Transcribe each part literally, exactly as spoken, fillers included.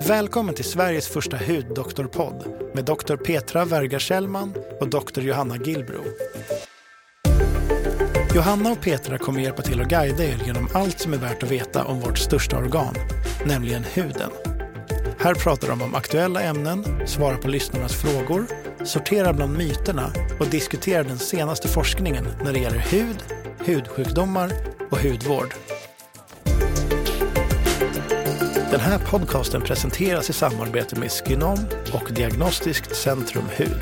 Välkommen till Sveriges första huddoktorpodd med doktor Petra Werga-Kjellman och doktor Johanna Gillbro. Johanna och Petra kommer hjälpa till att guida er genom allt som är värt att veta om vårt största organ, nämligen huden. Här pratar de om aktuella ämnen, svarar på lyssnarnas frågor, sorterar bland myterna och diskuterar den senaste forskningen när det gäller hud, hudsjukdomar och hudvård. Den här podcasten presenteras i samarbete med Skinom och Diagnostiskt Centrum Hud.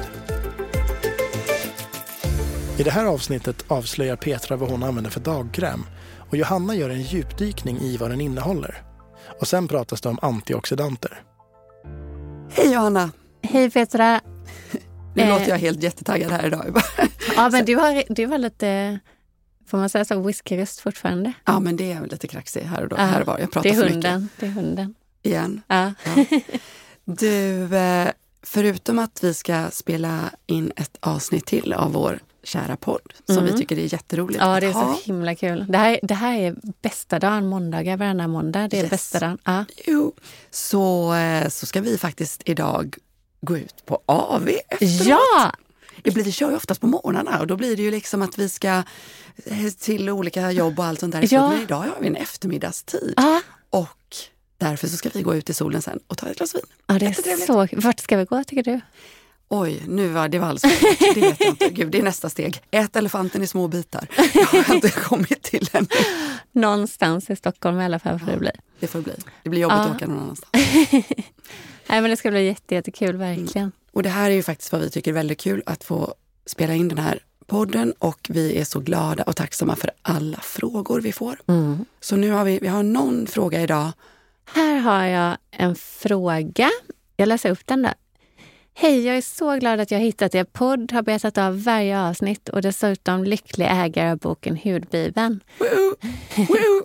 I det här avsnittet avslöjar Petra vad hon använder för dagkräm och Johanna gör en djupdykning i vad den innehåller. Och sen pratas det om antioxidanter. Hej Johanna! Hej Petra! Nu eh. låter jag helt jättetaggad här idag. Ja, men du har, du har lite, får man säga så, whiskyröst fortfarande? Ja, men det är väl lite kraxig här och då. Ja, här var. Jag pratar det är för hunden, mycket. det är hunden. Igen. Ja. Ja. Du, förutom att vi ska spela in ett avsnitt till av vår kära podd, som Mm. vi tycker är jätteroligt Ja, att det är ha. så himla kul. Det här, det här är bästa dagen, måndagar, varannan måndag. Det är Yes. bästa dagen. Ja. Jo, så, så ska vi faktiskt idag gå ut på A V efteråt. Ja! Det blir, vi kör ju oftast på morgnarna och då blir det ju liksom att vi ska till olika jobb och allt sånt där. Ja. Men idag har vi en eftermiddagstid Ja, och därför så ska vi gå ut i solen sen och ta ett glas vin. ja det är Jättetrevligt. så. Vart ska vi gå, tycker du? Oj, nu var det var alldeles för svårt. Det vet jag inte. Gud, det är nästa steg. Ät elefanten i små bitar. Jag har inte kommit till än. Någonstans i Stockholm i alla fall får det bli. Det får bli. Det blir jobbigt Ja. att åka någon annanstans. Nej, men det ska bli jätte, jättekul, verkligen. Och det här är ju faktiskt vad vi tycker är väldigt kul, att få spela in den här podden, och vi är så glada och tacksamma för alla frågor vi får. Mm. Så nu har vi, vi har någon fråga idag. Här har jag en fråga. Jag läser upp den där. Hej, jag är så glad att jag hittat er podd, har betat av varje avsnitt och dessutom lycklig ägare av boken Hudbibeln. Woo! Woo!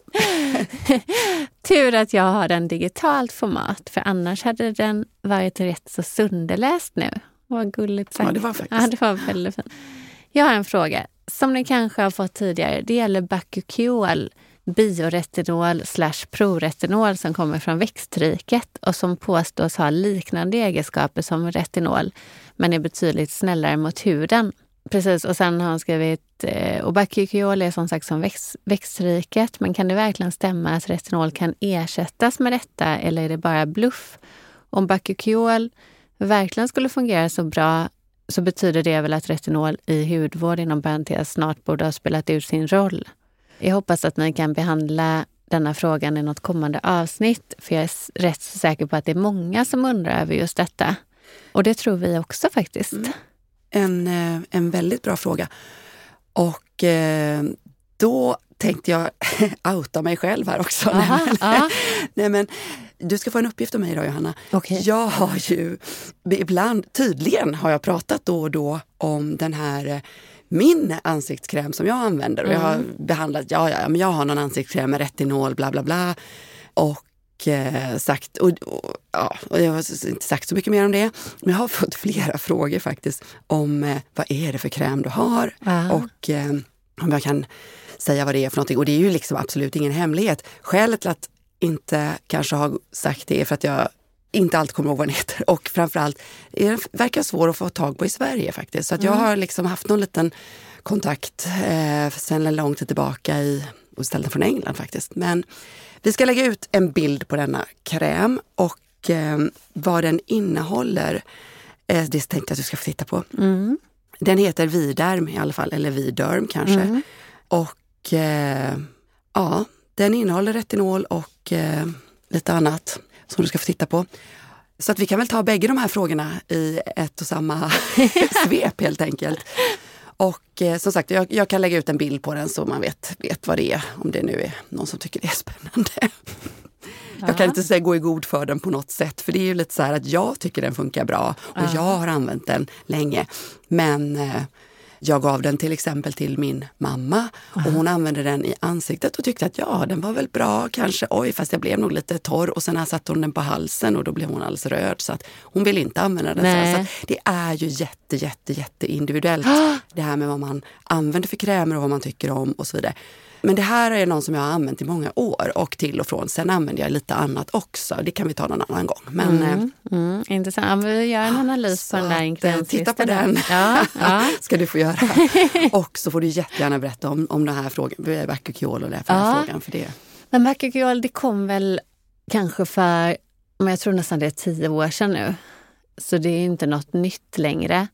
Tur att jag har den digitalt format, för annars hade den varit rätt så sönderläst nu. Vad gulligt sagt. Ja, det var faktiskt. Ja, det var väldigt fint. Jag har en fråga som ni kanske har fått tidigare. Det gäller Bakuchiol, bioretinol slash proretinol som kommer från växtriket och som påstås ha liknande egenskaper som retinol, men är betydligt snällare mot huden. Precis, och sen har han skrivit, och Bakuchiol är som sagt som växt, växtriket, men kan det verkligen stämma att retinol kan ersättas med detta, eller är det bara bluff? Om Bakuchiol verkligen skulle fungera så bra, så betyder det väl att retinol i hudvård inom parentes snart borde ha spelat ut sin roll. Jag hoppas att ni kan behandla denna frågan i något kommande avsnitt, för jag är rätt så säker på att det är många som undrar över just detta. Och det tror vi också faktiskt. Mm. En, en väldigt bra fråga. Och eh, då tänkte jag outa mig själv här också. Aha, Nej, men, ja. nej, men du ska få en uppgift av mig idag, Johanna. Okej. Jag har ju ibland, tydligen har jag pratat då och då om den här min ansiktskräm som jag använder. Och jag har behandlat, ja, ja, men jag har någon ansiktskräm med retinol, bla bla bla. Och eh, sagt, och, och, ja, och jag har inte sagt så mycket mer om det. Men jag har fått flera frågor faktiskt om eh, vad är det för kräm du har. Ja. Och eh, om jag kan säga vad det är för någonting. Och det är ju liksom absolut ingen hemlighet. Skälet till att inte kanske ha sagt det är för att jag inte alltid kommer ihåg vad den heter. Och framförallt, det verkar svår att få tag på i Sverige faktiskt. Så att jag har liksom haft någon liten kontakt eh, sedan en lång tid tillbaka i, och ställde från England faktiskt. Men vi ska lägga ut en bild på denna kräm och eh, vad den innehåller. Eh, det tänkte jag att du ska få titta på. Mm. Den heter Viderm i alla fall, eller Viderm kanske. Mm. Och eh, ja, den innehåller retinol och eh, lite annat som du ska få titta på. Så att vi kan väl ta bägge de här frågorna i ett och samma svep helt enkelt. Och eh, som sagt, jag, jag kan lägga ut en bild på den så man vet, vet vad det är, om det nu är någon som tycker det är spännande. Ja. Jag kan inte säga gå i god för den på något sätt, för det är ju lite så här att jag tycker den funkar bra och ja. jag har använt den länge. Men eh, jag gav den till exempel till min mamma och hon använde den i ansiktet och tyckte att ja, den var väl bra kanske. Oj, fast jag blev nog lite torr, och sen satte hon den på halsen och då blev hon alldeles röd, så att hon vill inte använda den. Så, så att det är ju jätte, jätte, jätte individuellt det här med vad man använder för krämer och vad man tycker om och så vidare. Men det här är någon som jag har använt i många år och till och från. Sen använder jag lite annat också. Det kan vi ta någon annan gång. Men, mm, mm, intressant. Vi gör en analys på den där ingredienslistan. Titta på den. Ja, ja. Ska du få göra. Och så får du jättegärna berätta om, om den här frågan. Backukiol och det för ja. frågan. För det. Men backukiol, det kom väl kanske för, men jag tror nästan det är tio år sedan nu. Så det är inte något nytt längre.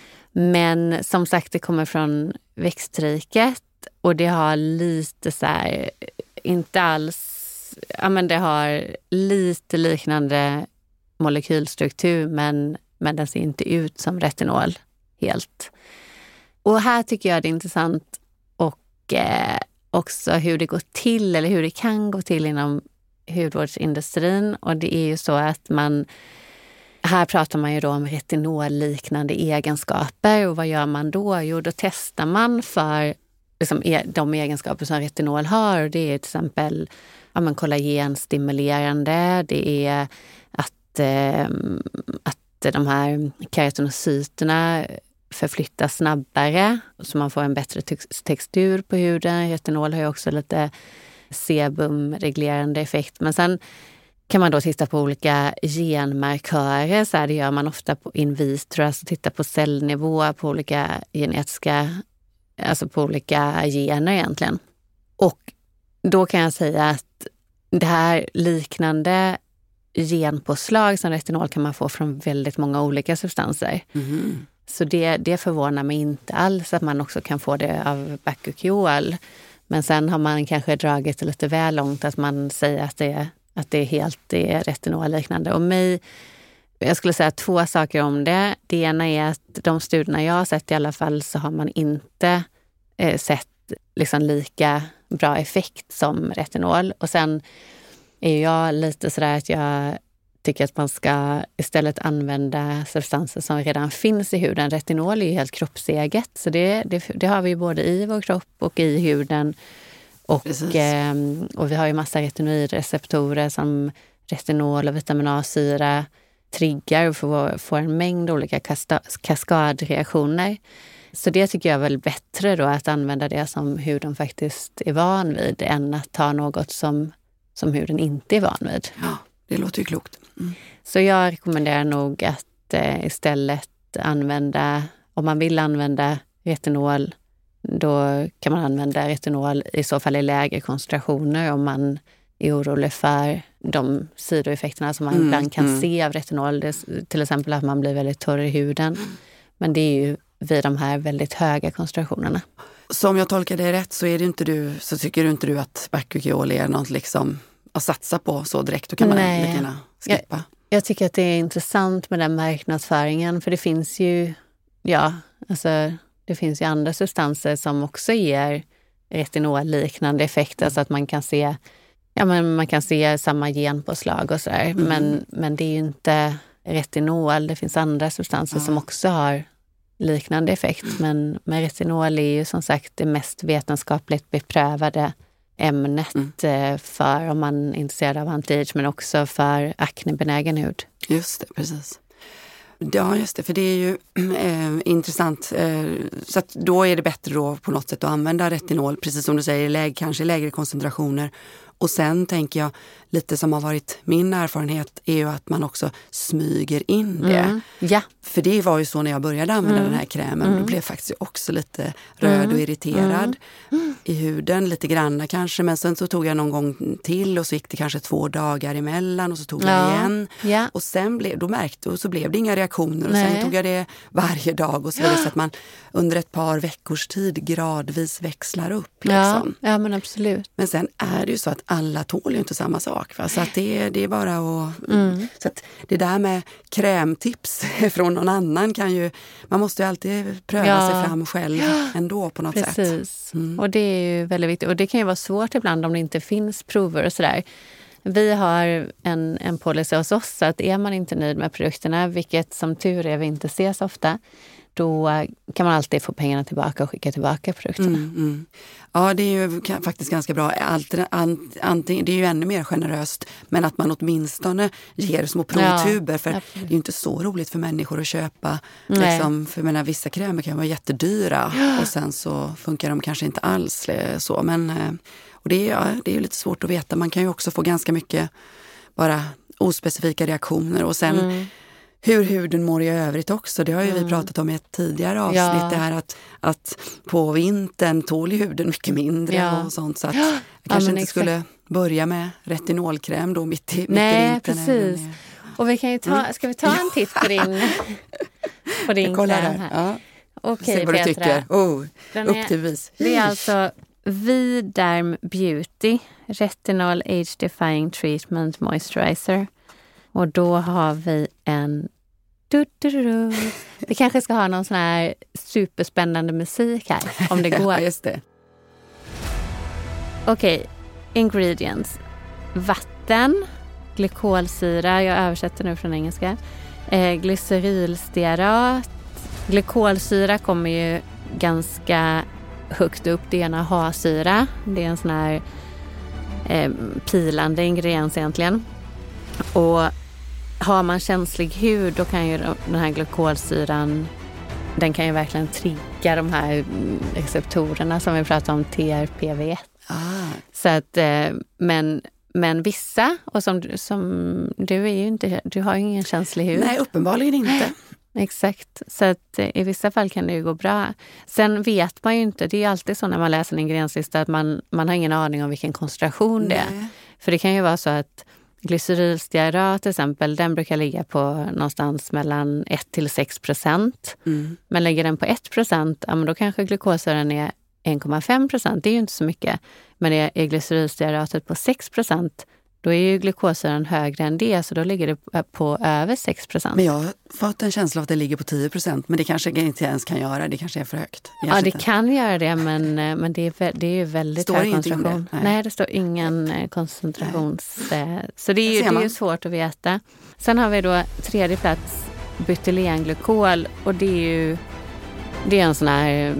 Men som sagt, det kommer från växtriket. Och det har lite så här, inte alls, ja men det har lite liknande molekylstruktur men, men den ser inte ut som retinol helt. Och här tycker jag det är intressant och eh, också hur det går till eller hur det kan gå till inom hudvårdsindustrin. Och det är ju så att man, här pratar man ju då om retinolliknande egenskaper och vad gör man då? Jo, då testar man för liksom de egenskaper som retinol har. Det är till exempel ja, men kollagenstimulerande, det är att, eh, att de här keratinocyterna förflyttas snabbare så man får en bättre textur på huden. Retinol har ju också lite sebumreglerande effekt. Men sen kan man då titta på olika genmarkörer. Så här, det gör man ofta på in vitro, alltså titta på cellnivå på olika genetiska, alltså på olika gener egentligen. Och då kan jag säga att det här liknande genpåslag som retinol kan man få från väldigt många olika substanser. Mm. Så det, det förvånar mig inte alls att man också kan få det av backukiol. Men sen har man kanske dragit det lite väl långt att man säger att det, att det är helt det är retinolliknande. Och mig, jag skulle säga två saker om det. Det ena är att de studierna jag har sett i alla fall så har man inte eh, sett liksom lika bra effekt som retinol. Och sen är jag lite sådär att jag tycker att man ska istället använda substanser som redan finns i huden. Retinol är ju helt kroppseget, så det, det, det har vi både i vår kropp och i huden. Och, eh, och vi har ju massa retinoidreceptorer som retinol och vitamin A-syra triggar och får, får en mängd olika kasta- kaskadreaktioner. Så det tycker jag är väl bättre då att använda det som huden faktiskt är van vid än att ta något som, som huden inte är van vid. Ja, det låter ju klokt. Mm. Så jag rekommenderar nog att eh, istället använda, om man vill använda retinol, då kan man använda retinol i så fall i lägre koncentrationer om man är orolig för de sidoeffekterna som man mm, ibland kan mm. se av retinol. Det, till exempel att man blir väldigt torr i huden. Men det är ju vid de här väldigt höga koncentrationerna. Så om jag tolkar det rätt så är det inte du, så tycker du inte du att backukiol är något liksom att satsa på så direkt, då kan man lika gärna skippa. Jag, jag tycker att det är intressant med den marknadsföringen, för det finns ju ja, alltså det finns ju andra substanser som också ger retinolliknande effekter, så att man kan se ja, men man kan se samma genpåslag och sådär. Mm. Men, men det är ju inte retinol, det finns andra substanser ja. som också har liknande effekt. Mm. Men, men retinol är ju som sagt det mest vetenskapligt beprövade ämnet mm. för om man är intresserad av anti-age, men också för aknebenägen hud. Just det, precis. Ja, just det, för det är ju eh, intressant. Eh, så att då är det bättre då på något sätt att använda retinol, precis som du säger, läg, kanske lägre koncentrationer. Och sen tänker jag, lite som har varit min erfarenhet är ju att man också smyger in det. Mm. Ja. För det var ju så när jag började använda mm. den här krämen. Mm. Då blev jag faktiskt också lite röd mm. och irriterad mm. i huden. Lite granna kanske. Men sen så tog jag någon gång till och så gick det kanske två dagar emellan och så tog jag ja. igen. Ja. Och sen blev, då märkte och så blev det inga reaktioner. Och Nej. sen tog jag det varje dag och så vidare. Så att man under ett par veckors tid gradvis växlar upp. Liksom. Ja. ja, men absolut. Men sen är det ju så att alla tål ju inte samma sak. Va? Så att det, det är bara att... Mm. Så att det där med krämtips från någon annan kan ju... Man måste ju alltid pröva ja. sig fram själv ändå på något Precis. sätt. Precis. Mm. Och det är ju väldigt viktigt. Och det kan ju vara svårt ibland om det inte finns prover och sådär. Vi har en, en policy hos oss att är man inte nöjd med produkterna, vilket som tur är vi inte ser så ofta, då kan man alltid få pengarna tillbaka och skicka tillbaka produkterna. Mm, mm. Ja, det är ju faktiskt ganska bra. Alter, antingen, det är ju ännu mer generöst, men att man åtminstone ger små provtuber. Ja, för absolut. Det är ju inte så roligt för människor att köpa. Liksom, för jag menar, vissa krämer kan vara jättedyra ja. och sen så funkar de kanske inte alls så. Men, och det, är, ja, det är ju lite svårt att veta. Man kan ju också få ganska mycket bara ospecifika reaktioner och sen mm. hur huden mår i övrigt också. Det har ju mm. vi pratat om i ett tidigare avsnitt. Ja. Det här att, att på vintern tål huden mycket mindre ja. och sånt. Så att jag kanske ja, inte exakt. skulle börja med retinolkräm då mitt i, mitt Nej, i vintern. Nej, precis. Och vi kan ju ta, ska vi ta en titt på din, på din kräm här? Ja. Okej, se vad Petra. Du tycker. Oh, Den upp är, till vis. Det är alltså Viderm Beauty Retinol Age Defying Treatment Moisturizer. Och då har vi en... Du, du, du, du. Vi kanske ska ha någon sån här superspännande musik här, om det går. Ja, just det. Okej, okay. Ingredients. Vatten, glykolsyra, jag översätter nu från engelska. Eh, glycerylstearat. Glykolsyra kommer ju ganska högt upp. Det är en A H A-syra. Det är en sån här eh, pilande ingrediens egentligen. Och har man känslig hud, då kan ju den här glykolsyran, den kan ju verkligen trigga de här receptorerna som vi pratade om, T R P V ett. Ah. Så att, men, men vissa, och som, som du är ju inte, du har ju ingen känslig hud. Nej, uppenbarligen inte. Exakt, så att i vissa fall kan det ju gå bra. Sen vet man ju inte, det är alltid så när man läser en ingredienslista att man, man har ingen aning om vilken koncentration det är. För det kan ju vara så att glycerylstearat till exempel, den brukar ligga på någonstans mellan ett till sex procent. Mm. Men lägger den på ett procent, ja, men då kanske glukosyran är en komma fem procent. Det är ju inte så mycket. Men är glycerylstearatet på sex procent, då är ju glukosyran högre än det, så då ligger det på över sex procent. Men jag har fått en känsla av att det ligger på tio procent, men det kanske inte ens kan göra, det kanske är för högt. Ja, det kan göra det, men, men det, är, det är ju väldigt står hög koncentration. Det? Nej. Nej, det står ingen koncentrations... Nej. Så det är, ju, det är ju svårt att veta. Sen har vi då tredje plats, butylenglykol, och det är ju det är en sån här...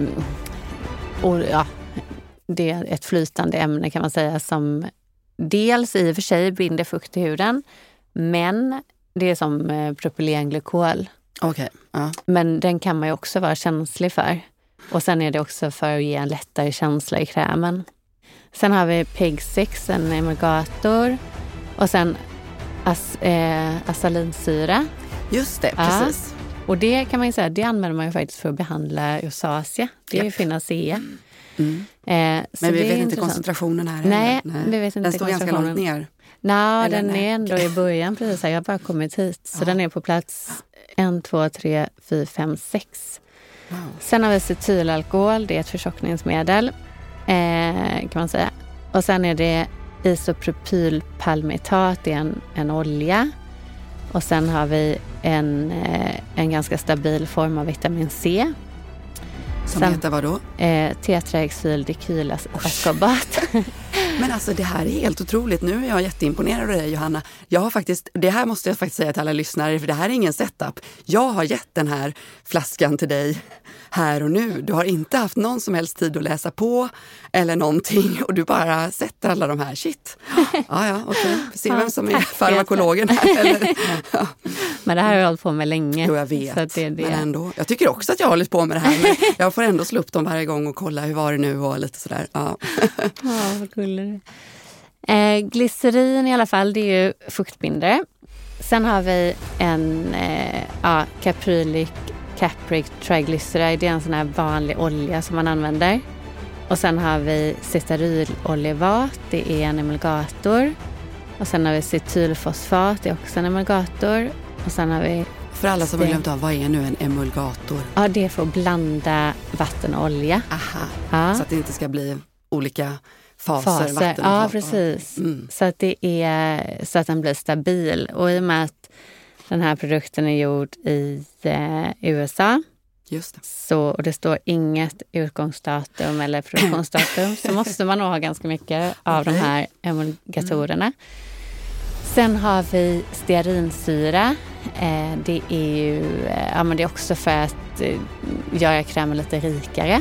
Och, ja, det är ett flytande ämne kan man säga som... Dels i och för sig binder fukt i huden, men det är som propylenglykol. Okej. Ja. Men den kan man ju också vara känslig för. Och sen är det också för att ge en lättare känsla i krämen. Sen har vi P E G sex, en emulgator. Och sen as, eh, asalinsyra. Just det, precis. Ja. Och det kan man ju säga, det använder man ju faktiskt för att behandla rosacea. Det är ju finacea. Mm. Eh, men vi vet inte koncentrationen här. Nej, Nej. vi vet inte. Den står ganska långt ner. Nå, den nej. är ändå i början precis. Jag har bara kommit hit. Så ja. den är på plats ett, två, tre, fyra, fem, sex. Wow. Sen har vi acetylalkohol, det är ett förtjockningsmedel eh, kan man säga. Och sen är det isopropylpalmitat, det är en, en olja. Och sen har vi en, eh, en ganska stabil form av vitamin C. Som Sen, heter vad då? Eh, tetrahexyldikylaskorbat. Men alltså det här är helt otroligt. Nu är jag jätteimponerad av dig, Johanna. Jag har faktiskt, det här måste jag faktiskt säga till alla lyssnare, för det här är ingen setup. Jag har gett den här flaskan till dig här och nu. Du har inte haft någon som helst tid att läsa på eller någonting, och du bara sätter alla de här. Shit. Ja, ja, okej. Okay. Se vem som är farmakologen här. Eller? Ja. Men det här har jag hållit på med länge. Jo, jag vet. Så att det är det. Men ändå. Jag tycker också att jag har hållit på med det här. Men jag får ändå slå upp dem varje gång och kolla hur var det nu och lite sådär. Ja, ja vad gulligt. Eh, glycerin i alla fall, det är ju fuktbindare. Sen har vi en eh, ja, caprylic capric triglyceride, det är en sån här vanlig olja som man använder. Och sen har vi cetyrololjevat, det är en emulgator. Och sen har vi cetylfosfat, det är också en emulgator. Och sen har vi... För alla som har glömt av, vad är nu en emulgator? Ja, det är för att blanda vatten och olja. Aha, ja. Så att det inte ska bli olika faser. faser. Vatten ja, precis. Mm. Så att det är så att den blir stabil. Och i och med att den här produkten är gjord i eh, U S A. Just det. Så, och det står inget utgångsdatum eller produktionsdatum, så måste man nog ha ganska mycket av okay. de här emulgatorerna. Mm. Sen har vi stearinsyra Eh, det är ju eh, ja, men det är också för att eh, göra krämen lite rikare.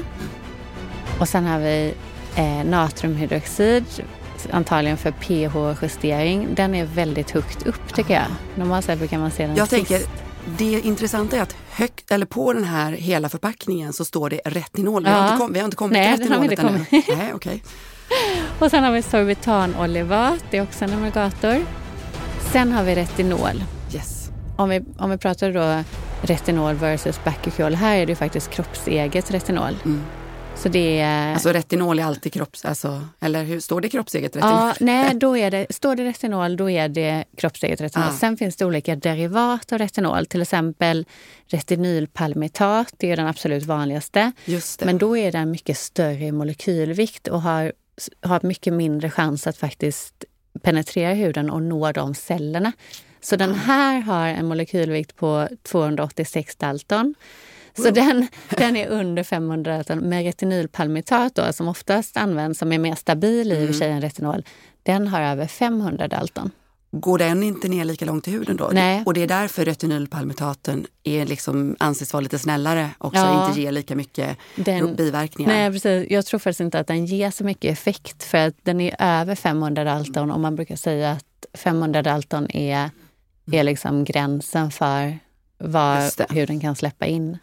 Och sen har vi eh, natriumhydroxid, antagligen för pH-justering. Den är väldigt högt upp tycker jag. Normalt sett kan man se den Jag sist. tänker, det intressanta är att högt, eller på den här hela förpackningen så står det retinol. Vi, Ja. har, inte kom, vi har inte kommit Nej, till det har vi retinolet inte ännu. kommit. Nej, okej. Och sen har vi sorbitanolivat, det är också en emulgator. Sen har vi retinol. Yes. Om vi, om vi pratar då retinol versus Bakuchiol, här är det ju faktiskt kroppseget retinol. Mm. Så det är... Alltså retinol är alltid kropps... Alltså, eller hur står det kroppseget retinol? Ja, nej, då är det, står det retinol, då är det kroppseget retinol. Ah. Sen finns det olika derivat av retinol, till exempel retinylpalmitat, det är den absolut vanligaste. Just det. Men då är den mycket större i molekylvikt och har, har mycket mindre chans att faktiskt penetrera huden och nå de cellerna. Så den här har en molekylvikt på tvåhundraåttiosex dalton. Så den, den är under femhundra dalton. Med retinylpalmitat då, som oftast används, som är mer stabil i mm. än retinol, den har över femhundra dalton. Går den inte ner lika långt i huden då? Nej. Och det är därför retinylpalmitaten är liksom, anses vara lite snällare också, Ja. inte ger lika mycket Den, biverkningar. Nej, precis. Jag tror faktiskt inte att den ger så mycket effekt för att den är över femhundra dalton och man brukar säga att femhundra dalton är, är liksom gränsen för vad huden kan släppa in.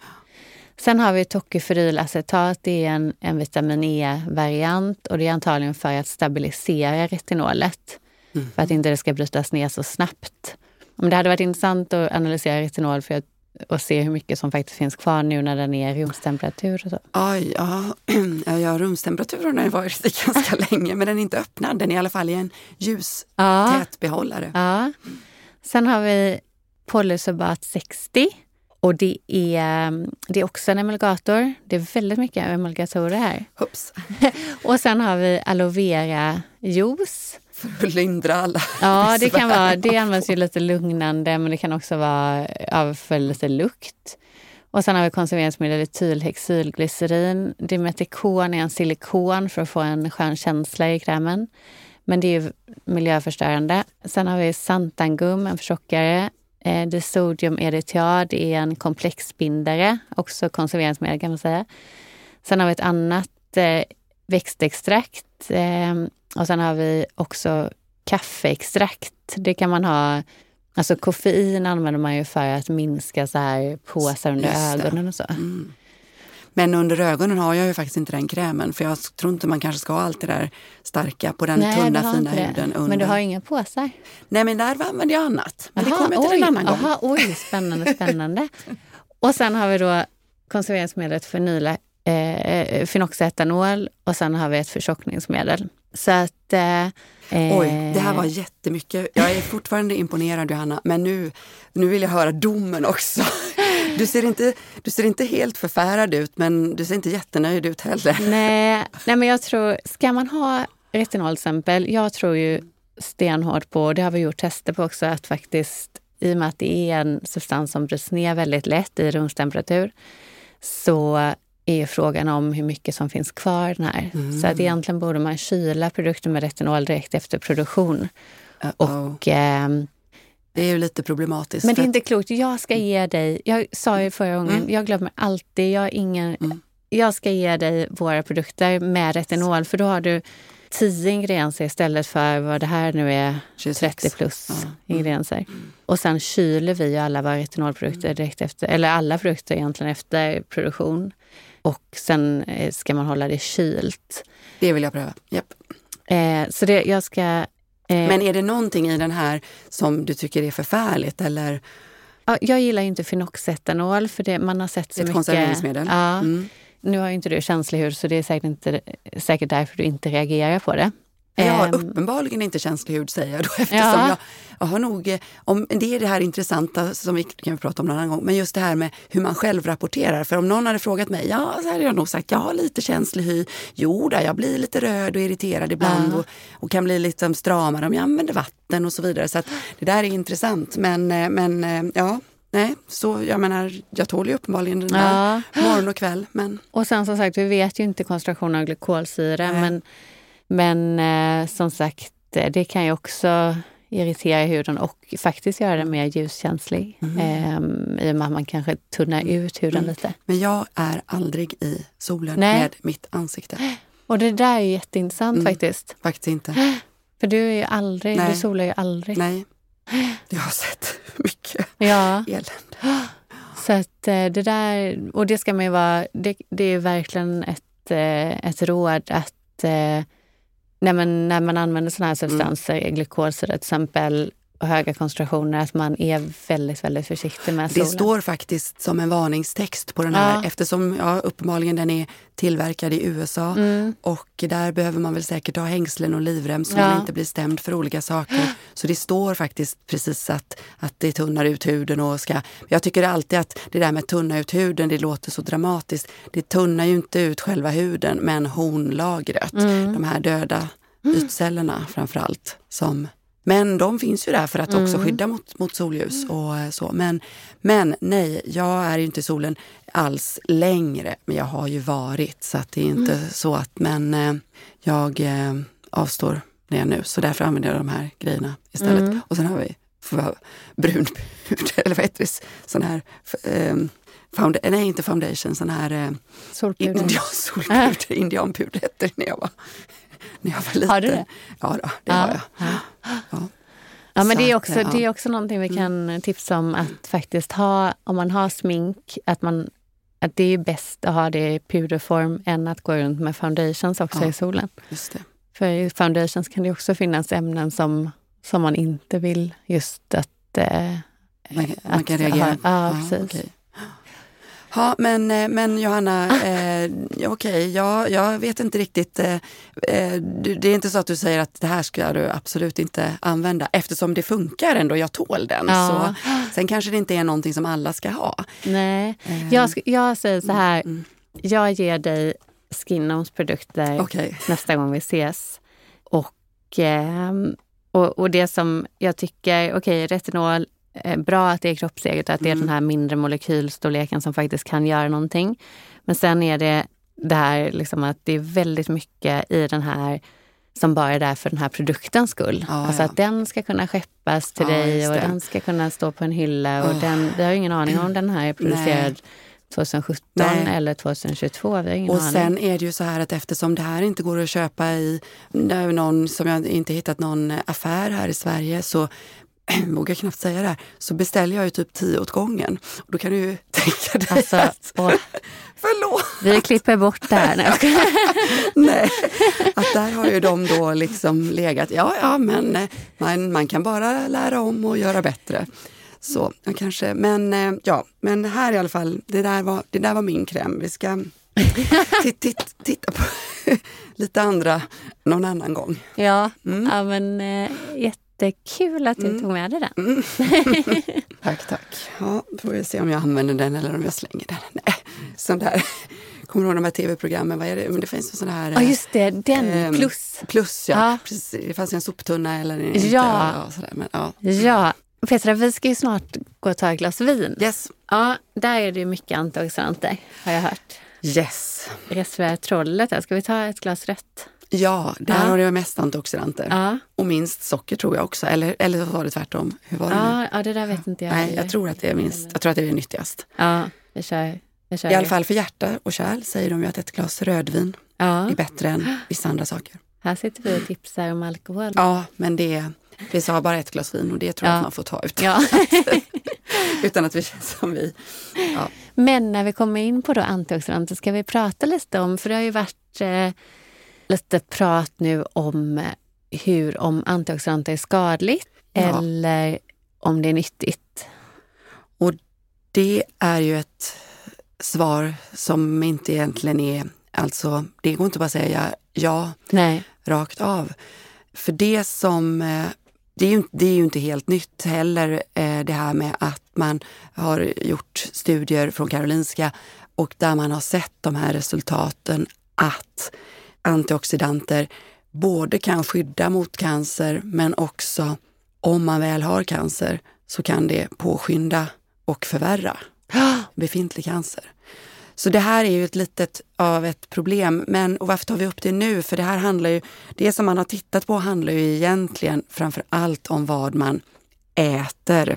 Sen har vi tocopherylacetat, det är en, en vitamin E-variant och det är antagligen för att stabilisera retinolet. Mm. För att inte det ska brytas ner så snabbt. Men det hade varit intressant att analysera retinol för att och se hur mycket som faktiskt finns kvar nu när den är rumstemperatur och så. Aj, ja, ja, rumstemperaturen har varit det ganska länge, men den är inte öppnad. Den är i alla fall i en ljus, ja. tät behållare. Ja. Sen har vi polysorbat sextio och det är, det är också en emulgator. Det är väldigt mycket emulgatorer här. Hopps. Och sen har vi aloe vera juice. För att lindra alla. Ja, det kan vara, det används ju lite lugnande, men det kan också vara av för lite lukt. Och sen har vi konserveringsmedel etylhexylglycerin. Dimetikon är en silikon för att få en skön känsla i krämen. Men det är ju miljöförstörande. Sen har vi santangum, en förtjockare. Eh, Disodium erythia, det är en komplexbindare. Också konserveringsmedel kan man säga. Sen har vi ett annat eh, växtextrakt. Eh, och sen har vi också kaffeextrakt. Det kan man ha... Alltså koffein använder man ju för att minska så här påsar under ögonen och så. Mm. Men under ögonen har jag ju faktiskt inte den krämen. För jag tror inte man kanske ska ha allt det där starka på den Nej, tunna fina huden. Under. Men du har inga påsar? Nej, men där använder jag annat. Men aha, det kommer jag till oj, en annan aha, gång. Oj, spännande, spännande. Och sen har vi då konserveringsmedlet förnyla, eh, fenoxetanol och sen har vi ett förtjockningsmedel. Så att... Eh, Oj, det här var jättemycket. Jag är fortfarande imponerad, Johanna, men nu, nu vill jag höra domen också. Du ser inte, du ser inte helt förfärad ut, men du ser inte jättenöjd ut heller. Nej, nej men jag tror, ska man ha retinol till exempel, jag tror ju stenhårt på, det har vi gjort tester på också, att faktiskt i och med att det är en substans som bryts ner väldigt lätt i rumstemperatur, så är frågan om hur mycket som finns kvar den här. Mm. Så att egentligen borde man kyla produkter med retinol direkt efter produktion. Uh-oh. Och... Eh, det är ju lite problematiskt. Men det är inte klokt. Jag ska ge dig, jag sa ju förra gången, mm. jag glömmer alltid, jag har ingen, mm. jag ska ge dig våra produkter med retinol, för då har du tio ingredienser istället för vad det här nu är, tjugosex trettio plus ja. ingredienser. Mm. Och sen kyler vi ju alla våra retinolprodukter direkt efter, eller alla produkter egentligen efter produktion. Och sen ska man hålla det kylt. Det vill jag pröva, japp. Eh, så det, jag ska... Eh, Men är det någonting i den här som du tycker är förfärligt, eller? Ja, jag gillar ju inte fenoxetanol, för det, man har sett så ett mycket... konserveringsmedel. Ja. Mm. Nu har ju inte du känslig hud, så det är säkert, inte, säkert därför du inte reagerar på det. Jag har um, uppenbarligen inte känslig hud, säger jag då, eftersom ja. jag, jag har nog, om det är det här intressanta som vi kan prata om någon annan gång, men just det här med hur man själv rapporterar. För om någon hade frågat mig, ja, så hade jag nog sagt, jag har lite känslig hy. Jo, där, jag blir lite röd och irriterad ibland ja. och, och kan bli lite stramare om jag använder vatten och så vidare. Så att det där är intressant, men, men ja... Nej, så jag menar, jag tål ju uppenbarligen den där ja. morgon och kväll. Men... Och sen som sagt, vi vet ju inte koncentrationen av glykolsyra, men, men eh, som sagt, det kan ju också irritera huden och faktiskt göra den mer ljuskänslig. Mm. Eh, I och med att man kanske tunnar ut huden Mm. lite. Men jag är aldrig i solen Nej. med mitt ansikte. Och det där är jätteintressant Mm. faktiskt. Faktiskt inte. För du är ju aldrig, Nej. du solar ju aldrig. Nej. Jag har sett mycket Ja, elände. så att eh, det där, och det ska man ju vara, det, det är verkligen ett, eh, ett råd att eh, när, man, när man använder sådana här substanser, mm. glykolsyra till exempel, och höga koncentrationer, att man är väldigt, väldigt försiktig med solen. Det står faktiskt som en varningstext på den här, Ja. eftersom ja, uppenbarligen den är tillverkad i U S A Mm. och där behöver man väl säkert ha hängslen och livrem så Ja. man inte blir stämd för olika saker. Så det står faktiskt precis att, att det tunnar ut huden och ska... Jag tycker alltid att det där med tunna ut huden, det låter så dramatiskt. Det tunnar ju inte ut själva huden, men hornlagret, Mm. de här döda ytcellerna framförallt som... Men de finns ju där för att också Mm. skydda mot, mot solljus och eh, så. Men, men nej, jag är ju inte i solen alls längre. Men jag har ju varit så att det är inte Mm. så att... Men eh, jag eh, avstår det nu. Så därför använder jag de här grejerna istället. Mm. Och sen har vi för, brun puder, eller vad heter det? Sån här... Eh, found, nej, inte foundation, sån här... Eh, Solpuder. indian, solpuder, indianpuder hette det när jag var... När jag var liten. Har du det? Ja, då, det Ja. har jag. Ja. Ja. Ja, men Så det är, att, också, ja. det är också någonting vi kan tipsa om, att faktiskt ha, om man har smink, att, man, att det är bäst att ha det i puderform än att gå runt med foundations också Ja. i solen. Just det. För i foundations kan det också finnas ämnen som, som man inte vill just att... Eh, Man, kan- man att kan reagera. ha- ja, precis. okej. Ja, men, eh, men Johanna, eh, okej, okay, ja, jag vet inte riktigt. Eh, eh, du, det är inte så att du säger att det här ska du absolut inte använda eftersom det funkar ändå, jag tål den. Ja. Så, sen kanske det inte är någonting som alla ska ha. Nej, Eh, jag, sk- jag säger så här, mm. jag ger dig Skinoms produkter Okej. nästa gång vi ses. Och, ehm, och, och det som jag tycker, okej, retinol, eh, bra att det är kroppseget och att det är Mm. den här mindre molekylstorleken som faktiskt kan göra någonting. Men sen är det det här liksom att det är väldigt mycket i den här som bara är där för den här produktens skull. Ja, alltså ja. att den ska kunna skeppas till Ja, dig just och det. den ska kunna stå på en hylla. Och Oh. den, vi har ju ingen aning om den här är producerad tjugosjutton Nej. eller tjugotjugotvå. Vi har ingen Och aning. sen är det ju så här att eftersom det här inte går att köpa i någon som jag inte hittat någon affär här i Sverige så vågar jag knappt säga det här, så beställer jag ju typ tio åt gången. Och då kan du ju tänka dig Alltså, att, och förlåt, vi klipper bort det här nu. nej, att där har ju de då liksom legat, ja ja men eh, man, man kan bara lära om och göra bättre. Så jag kanske, men eh, ja, men här i alla fall, det där var, det där var min kräm. Vi ska titt, titt, titta på lite andra någon annan gång. Ja, Mm. ja men eh, jättekul att du Mm. tog med dig den. Mm. Tack, tack. Ja, då får vi se om jag använder den eller om jag slänger den. Nej, sån där. Kommer du ihåg de här tv-programmen? Vad är det? Men det finns ju sån här... Ja, just det. Den ehm, plus. Plus, ja. Ja. Precis. Det fanns en soptunna eller inte. Ja. Ja, sådär, men, ja. Ja, Petra, vi ska ju snart gå och ta ett glas vin. Yes. Ja, där är det ju mycket antioxidanter, har jag hört. Yes. Resveratrollet, där. Ska vi ta ett glas rött? Ja, där Ja. har det mest antioxidanter. Ja, Och minst socker tror jag också. Eller, eller var det tvärtom? Hur var det nu? ja, ja det där vet inte jag. Nej, heller. jag tror att det är minst. Jag tror att det är nyttigast. Ja, vi kör. Vi kör I alla det. fall för hjärta och kärl säger de ju att ett glas rödvin Ja, är bättre än vissa andra saker. här sitter vi och tipsar om alkohol. Ja, men det, vi sa bara ett glas vin och det tror jag Ja. att man får ta ut. Ja. Utan att vi känns som vi... Ja. Men när vi kommer in på då antioxidanter ska vi prata lite om, för det har ju varit eh, lite prat nu om eh, hur om antioxidanter är skadligt Ja. eller om det är nyttigt. Det är ju ett svar som inte egentligen är... Alltså, det går inte bara att säga ja Nej. rakt av. För det som... eh, Det är ju, det är ju inte helt nytt heller eh, det här med att man har gjort studier från Karolinska och där man har sett de här resultaten att antioxidanter både kan skydda mot cancer men också om man väl har cancer så kan det påskynda och förvärra befintlig cancer. Så det här är ju ett litet av ett problem. Men och varför tar vi upp det nu? För det här handlar ju, det som man har tittat på handlar ju egentligen framför allt om vad man äter.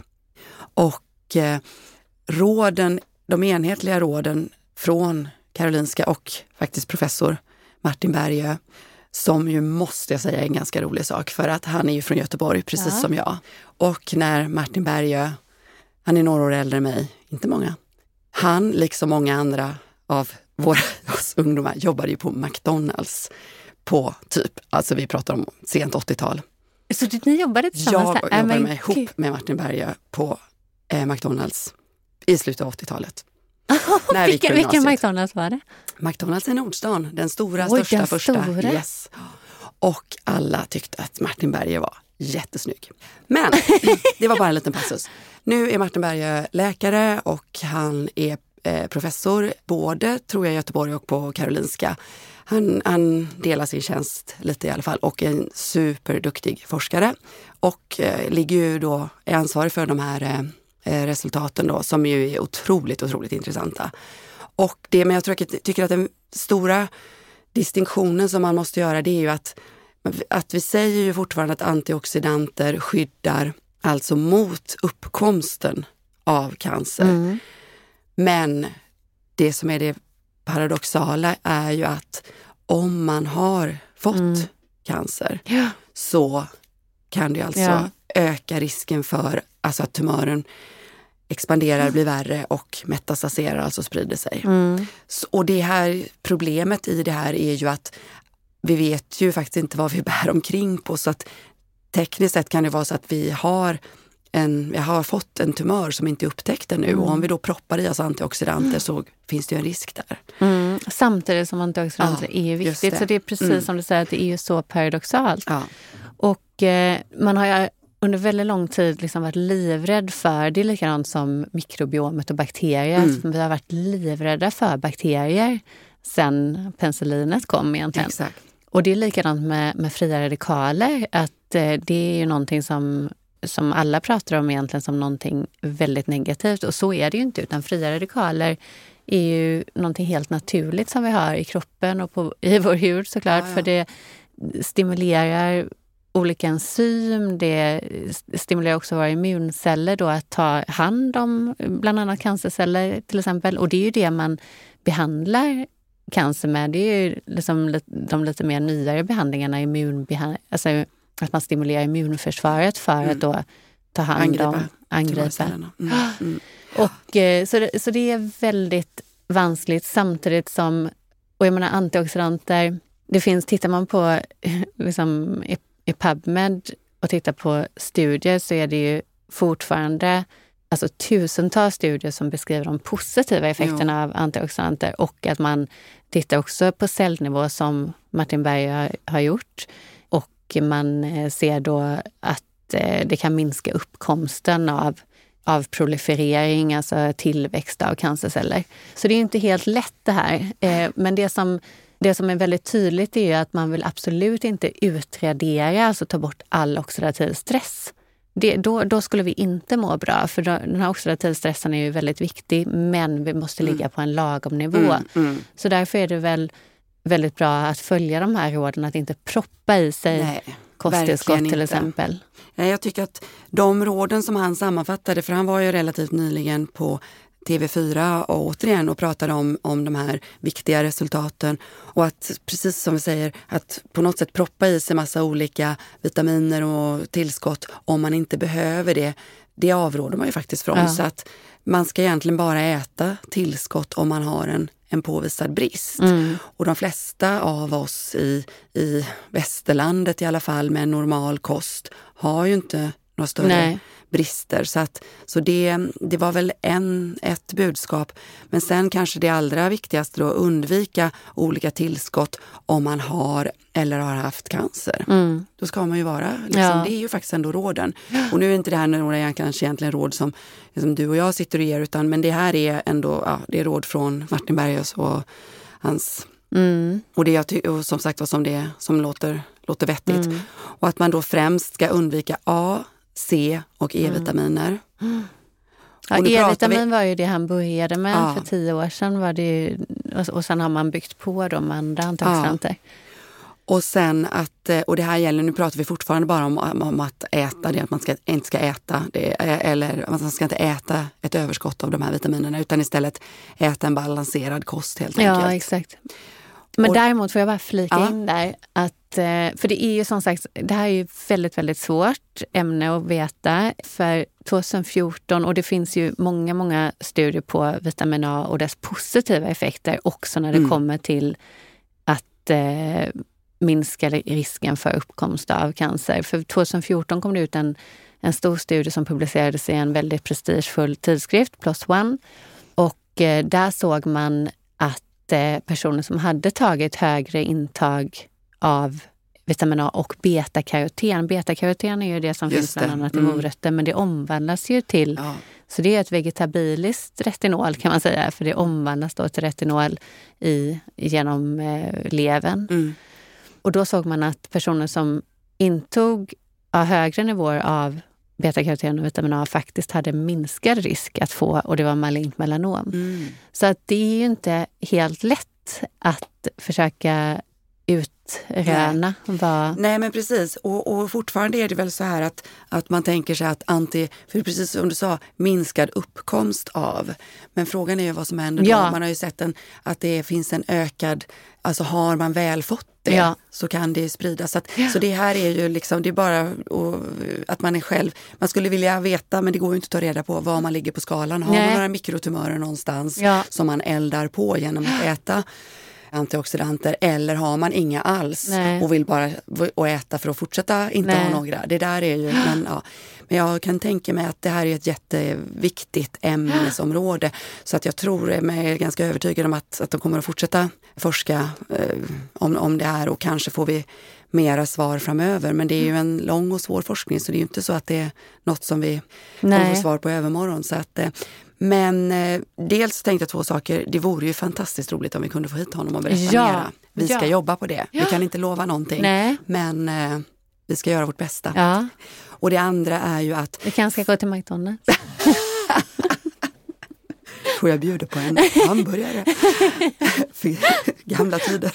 Och eh, råden, de enhetliga råden från Karolinska och faktiskt professor Martin Bergö, som ju måste jag säga är en ganska rolig sak för att han är ju från Göteborg precis ja. som jag. Och när Martin Bergö, han är några år äldre än mig, inte många. Han, liksom många andra av våra ungdomar, jobbade ju på McDonalds på typ, alltså vi pratar om sent åttiotal. Så ni jobbade tillsammans? Jag jobbade mig ihop med Martin Bergö på eh, McDonalds i slutet av åttiotalet. När vilken, vilken McDonalds var det? McDonalds i Nordstan, den stora, Oj, största, den första. Stora. Yes. Och alla tyckte att Martin Bergö var jättesnygg. Men det var bara en liten passus. Nu är Martin Bergö läkare och han är eh, professor både, tror jag, i Göteborg och på Karolinska. Han, han delar sin tjänst lite i alla fall och är en superduktig forskare. Och eh, ligger ju då, är ansvarig för de här eh, resultaten då, som ju är otroligt, otroligt intressanta. Och det, men jag tror, jag tycker att den stora distinktionen som man måste göra, det är ju att, att vi säger ju fortfarande att antioxidanter skyddar alltså mot uppkomsten av cancer. Mm. Men det som är det paradoxala är ju att om man har fått mm. cancer ja. så kan det alltså ja. öka risken för alltså att tumören expanderar, mm. blir värre och metastaserar, alltså sprider sig. Mm. Så, och det här problemet i det här är ju att vi vet ju faktiskt inte vad vi bär omkring på, så att tekniskt sett kan det vara så att vi har en, vi har fått en tumör som inte är upptäckt ännu mm. och om vi då proppar i oss antioxidanter mm. så finns det ju en risk där. Mm. Samtidigt som antioxidanter ja, är ju viktigt, det. så det är precis mm. som du säger att det är ju så paradoxalt. Ja. Och eh, man har ju under väldigt lång tid liksom varit livrädd för, det är likadant som mikrobiomet och bakterier, mm. vi har varit livrädda för bakterier sen penicillinet kom egentligen. Exakt. Och det är likadant med, med fria radikaler, att eh, det är ju någonting som, som alla pratar om egentligen som någonting väldigt negativt, och så är det ju inte, utan fria radikaler är ju någonting helt naturligt som vi har i kroppen och på, i vår hud såklart, ja, ja. för det stimulerar olika enzym, det stimulerar också våra immunceller då att ta hand om bland annat cancerceller till exempel, och det är ju det man behandlar cancer med. Det är ju liksom de lite mer nyare behandlingarna, immunbehandling, alltså att man stimulerar immunförsvaret för mm. att då ta hand angripa. om angripa. Mm. Mm. Och så det, så det är väldigt vanskligt, samtidigt som, och jag menar antioxidanter, det finns, tittar man på liksom i, i PubMed och tittar på studier, så är det ju fortfarande alltså tusentals studier som beskriver de positiva effekterna jo. av antioxidanter, och att man tittar också på cellnivå som Martin Bergö har gjort, och man ser då att det kan minska uppkomsten av, av proliferering, alltså tillväxt av cancerceller. Så det är inte helt lätt det här, men det som, det som är väldigt tydligt är ju att man vill absolut inte utradera, alltså ta bort all oxidativ stress. Det, då, då skulle vi inte må bra, för då, den här oxidativa stressen är ju väldigt viktig, men vi måste ligga mm. på en lagom nivå. Mm, mm. Så därför är det väl väldigt bra att följa de här råden, att inte proppa i sig Nej, kosttillskott till inte. exempel. Jag tycker att de råden som han sammanfattade, för han var ju relativt nyligen på T V fyra och återigen och pratade om, om de här viktiga resultaten, och att precis som vi säger, att på något sätt proppa i sig massa olika vitaminer och tillskott om man inte behöver det, det avråder man ju faktiskt från. Ja. Så att man ska egentligen bara äta tillskott om man har en, en påvisad brist. Mm. Och de flesta av oss i, i västerlandet i alla fall med normal kost har ju inte några större Nej. brister. Så, att, så det, det var väl en, ett budskap. Men sen kanske det allra viktigaste då, undvika olika tillskott om man har eller har haft cancer. Mm. Då ska man ju vara, liksom, ja. det är ju faktiskt ändå råden. Och nu är inte det här några kanske egentligen råd som, som du och jag sitter och ger, utan men det här är ändå ja, det är råd från Martin Bergös och hans mm. och det jag ty- och som sagt vad som det som låter, låter vettigt. Mm. Och att man då främst ska undvika A, C och E-vitaminer. Mm. Ja, nu E-vitamin vi... var ju det han började med ja. för tio år sedan. Var det ju, och, och sen har man byggt på de andra antioxidanter. Ja. Och sen att, och det här gäller, nu pratar vi fortfarande bara om, om att äta det, att man ska, inte ska äta det, eller man ska inte äta ett överskott av de här vitaminerna, utan istället äta en balanserad kost helt enkelt. Ja, exakt. Men och, däremot får jag bara flika ja. in där att, för det är ju som sagt, det här är ju väldigt, väldigt svårt ämne att veta för tjugohundrafjorton, och det finns ju många, många studier på vitamin A och dess positiva effekter också när det mm. kommer till att eh, minska risken för uppkomst av cancer. För tjugohundrafjorton kom det ut en, en stor studie som publicerades i en väldigt prestigefull tidskrift, Plus One, och eh, där såg man att eh, personer som hade tagit högre intag av vitamin A och beta-karoten. Beta-karoten är ju det som Just finns bland annat mm. i morötter, men det omvandlas ju till, ja. så det är ett vegetabiliskt retinol kan man säga, för det omvandlas då till retinol i, genom eh, levern. Mm. Och då såg man att personer som intog ja, högre nivåer av beta-karoten och vitamin A faktiskt hade minskad risk att få, och det var malignt melanom. Mm. Så att det är ju inte helt lätt att försöka utröna vad... Nej, men precis. Och, och fortfarande är det väl så här att, att man tänker sig att anti... För precis som du sa, minskad uppkomst av. Men frågan är ju vad som händer ja. då. Man har ju sett en, att det finns en ökad... Alltså har man väl fått det ja. så kan det spridas. Så, att, ja. så det här är ju liksom, det är bara och, att man är själv... Man skulle vilja veta, men det går ju inte att ta reda på var man ligger på skalan. Har Nej. man några mikrotumörer någonstans ja. som man eldar på genom att äta antioxidanter, eller har man inga alls Nej. och vill bara och äta för att fortsätta inte Nej. ha några. Det där är ju, men, ja. men jag kan tänka mig att det här är ett jätteviktigt ämnesområde, så att jag tror mig är ganska övertygad om att, att de kommer att fortsätta forska eh, om, om det här, och kanske får vi mera svar framöver. Men det är ju en lång och svår forskning, så det är ju inte så att det är något som vi Nej. kommer få svar på övermorgon. Så att, eh, men eh, dels tänkte jag två saker. Det vore ju fantastiskt roligt om vi kunde få hit honom och berätta ja. mera. Vi ska ja. jobba på det. Ja. Vi kan inte lova någonting. Nej. Men eh, vi ska göra vårt bästa. Ja. Och det andra är ju att... Vi kanske ska gå till McDonald's. Får jag bjuda på en hamburgare? För gamla tider.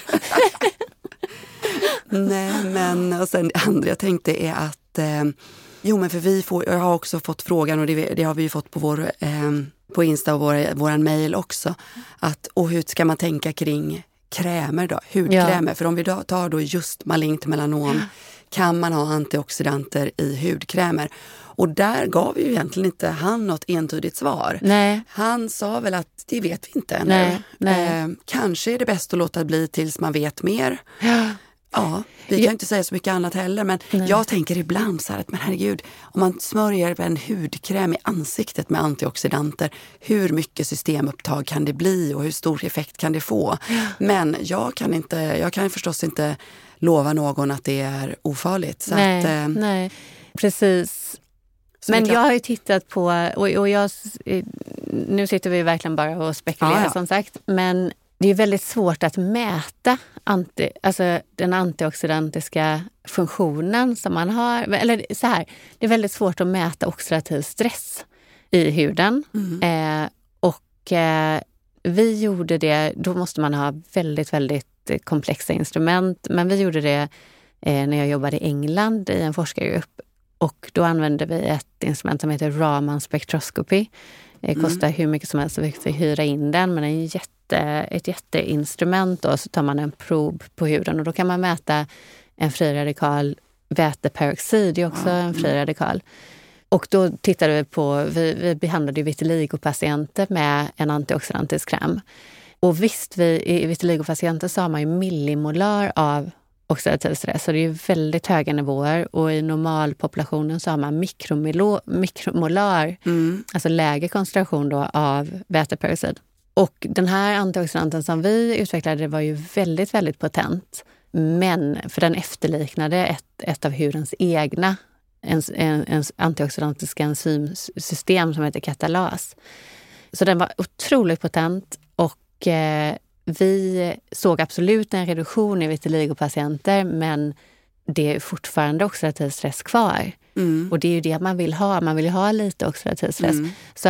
Nej, men och sen det andra jag tänkte är att... Eh, jo, men för vi får... Jag har också fått frågan, och det, det har vi ju fått på vår... Eh, på Insta och vår, våran mejl också. Att, och hur ska man tänka kring krämer då? Hudkrämer. Ja. För om vi då tar då just malignt melanom, ja. kan man ha antioxidanter i hudkrämer. Och där gav ju egentligen inte han något entydigt svar. Nej. Han sa väl att det vet vi inte ännu. Nej. Nej. Eh, kanske är det bäst att låta bli tills man vet mer. Ja. Ja, vi kan ju inte säga så mycket annat heller, men Nej. jag tänker ibland så här att, men herregud, om man smörjer en hudkräm i ansiktet med antioxidanter, hur mycket systemupptag kan det bli och hur stor effekt kan det få? Ja. Men jag kan inte, jag kan förstås inte lova någon att det är ofarligt. Så Nej, att, eh, nej. Precis. Men jag har ju tittat på, och, och jag, nu sitter vi verkligen bara och spekulerar ja, ja. som sagt, men det är väldigt svårt att mäta anti, alltså den antioxidantiska funktionen som man har. Eller så här, det är väldigt svårt att mäta oxidativ stress i huden. Mm. Eh, och eh, vi gjorde det, då måste man ha väldigt, väldigt komplexa instrument. Men vi gjorde det eh, när jag jobbade i England i en forskargrupp. Och då använde vi ett instrument som heter Raman Spectroscopy. Det kostar mm. hur mycket som helst att vi får hyra in den, men det är en jätte, ett jätteinstrument. Och så tar man en prov på huden och då kan man mäta en fri radikal väteperoxid, det är också mm. en fri radikal. Och då tittade vi på, vi, vi behandlade vitiligo-patienter med en antioxidantisk kräm. Och visst, vi, i vitiligo-patienter så har man ju millimolar av oxidativ stress, så det är ju väldigt höga nivåer, och i normalpopulationen så har man mikromilo, mikromolar, mm. alltså lägre koncentration då av väteperoxid. Och den här antioxidanten som vi utvecklade var ju väldigt, väldigt potent, men för den efterliknade ett, ett av hudens egna en, en, en antioxidantiska enzymsystem som heter katalas. Så den var otroligt potent, och eh, vi såg absolut en reduktion i vitiligo-patienter, men det är fortfarande oxidativ stress kvar. Mm. Och det är ju det man vill ha. Man vill ju ha lite oxidativ stress. Mm. Så att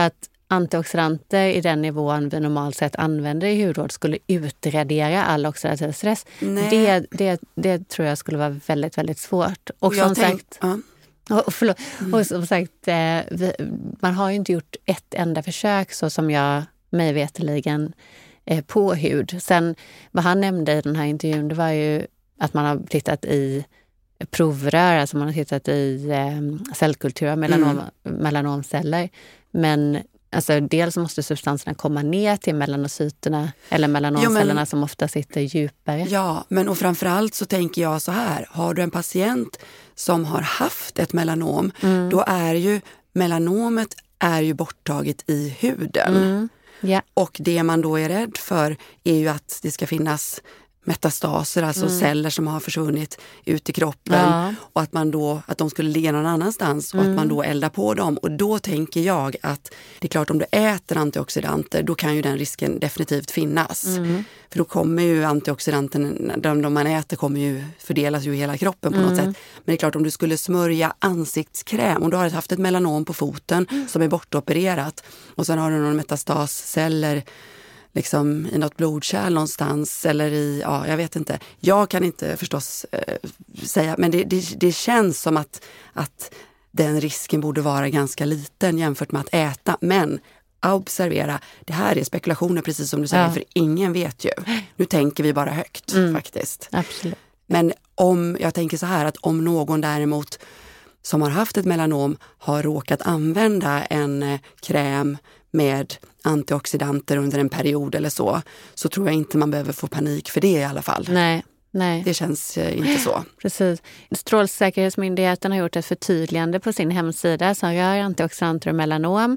antioxidanter i den nivån vi normalt sett använder i hudvård skulle utradera all oxidativ stress. Det, det, det tror jag skulle vara väldigt, väldigt svårt. Och, och som tänk, sagt... Ja. Och, förlåt, mm. och som sagt, eh, vi, man har ju inte gjort ett enda försök så som jag mig veteligen eh, på hud. Sen vad han nämnde i den här intervjun, det var ju att man har tittat i provrör, alltså man har tittat i eh, cellkultur av melanom, mm. melanomceller. Men alltså, dels måste substanserna komma ner till melanocyterna eller melanomcellerna jo, men, som ofta sitter djupare. Ja, men och framförallt så tänker jag så här. Har du en patient som har haft ett melanom, mm. då är ju melanomet är ju borttaget i huden. Mm. Yeah. Och det man då är rädd för är ju att det ska finnas metastaser, alltså mm. celler som har försvunnit ut i kroppen ja. och att man då att de skulle ligga någon annanstans och mm. att man då eldar på dem. Och då tänker jag att det är klart, om du äter antioxidanter, då kan ju den risken definitivt finnas. Mm. För då kommer ju antioxidanterna, de, de man äter kommer ju fördelas ju i hela kroppen på mm. något sätt. Men det är klart, om du skulle smörja ansiktskräm och du har haft ett melanom på foten mm. som är bortopererat och sen har du någon metastasceller liksom i något blodkärl någonstans eller i, ja jag vet inte. Jag kan inte förstås eh, säga, men det, det, det känns som att, att den risken borde vara ganska liten jämfört med att äta. Men observera, det här är spekulationer precis som du säger, ja. För ingen vet ju. Nu tänker vi bara högt mm. faktiskt. Absolut. Men om, jag tänker så här, att om någon däremot som har haft ett melanom har råkat använda en eh, kräm med antioxidanter under en period eller så, så tror jag inte man behöver få panik för det i alla fall. Nej, nej. Det känns eh, inte så. Precis. Strålsäkerhetsmyndigheten har gjort ett förtydligande på sin hemsida som rör antioxidanter och melanom,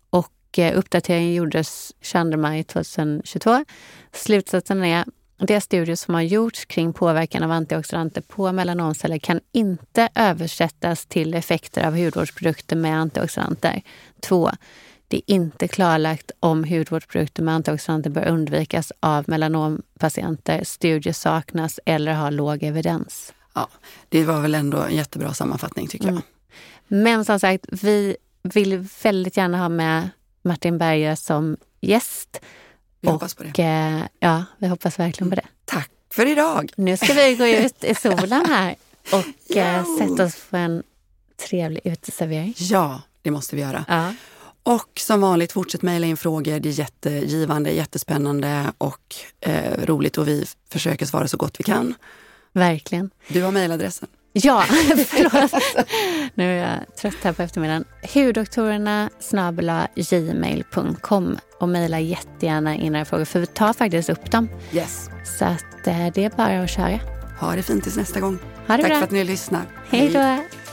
och eh, uppdateringen gjordes tjugosjunde maj tjugohundratjugotvå. Slutsatsen är: de studier som har gjorts kring påverkan av antioxidanter på melanomceller kan inte översättas till effekter av hudvårdsprodukter med antioxidanter. Två. Det är inte klarlagt om hudvårdsprodukter med antioxidanter bör undvikas av melanompatienter. Studier saknas eller har låg evidens. Ja, det var väl ändå en jättebra sammanfattning tycker jag. Mm. Men som sagt, vi vill väldigt gärna ha med Martin Berger som gäst. Vi hoppas på det. Eh, ja, vi hoppas verkligen på det. Tack för idag! Nu ska vi gå ut i solen här och eh, sätta oss på en trevlig uteservering. Ja, det måste vi göra. Ja. Och som vanligt, fortsätt mejla in frågor. Det är jättegivande, jättespännande och eh, roligt, och vi försöker svara så gott vi kan. Verkligen. Du har mejladressen. Ja, förlåt. Nu är jag trött här på eftermiddagen. hudoktorerna snabel-a gmail punkt com, och mejla jättegärna in era frågor, för vi tar faktiskt upp dem. Yes. Så att eh, det är bara att köra. Ha det fint tills nästa gång. Ha det Tack bra. för att ni lyssnar. Hej då.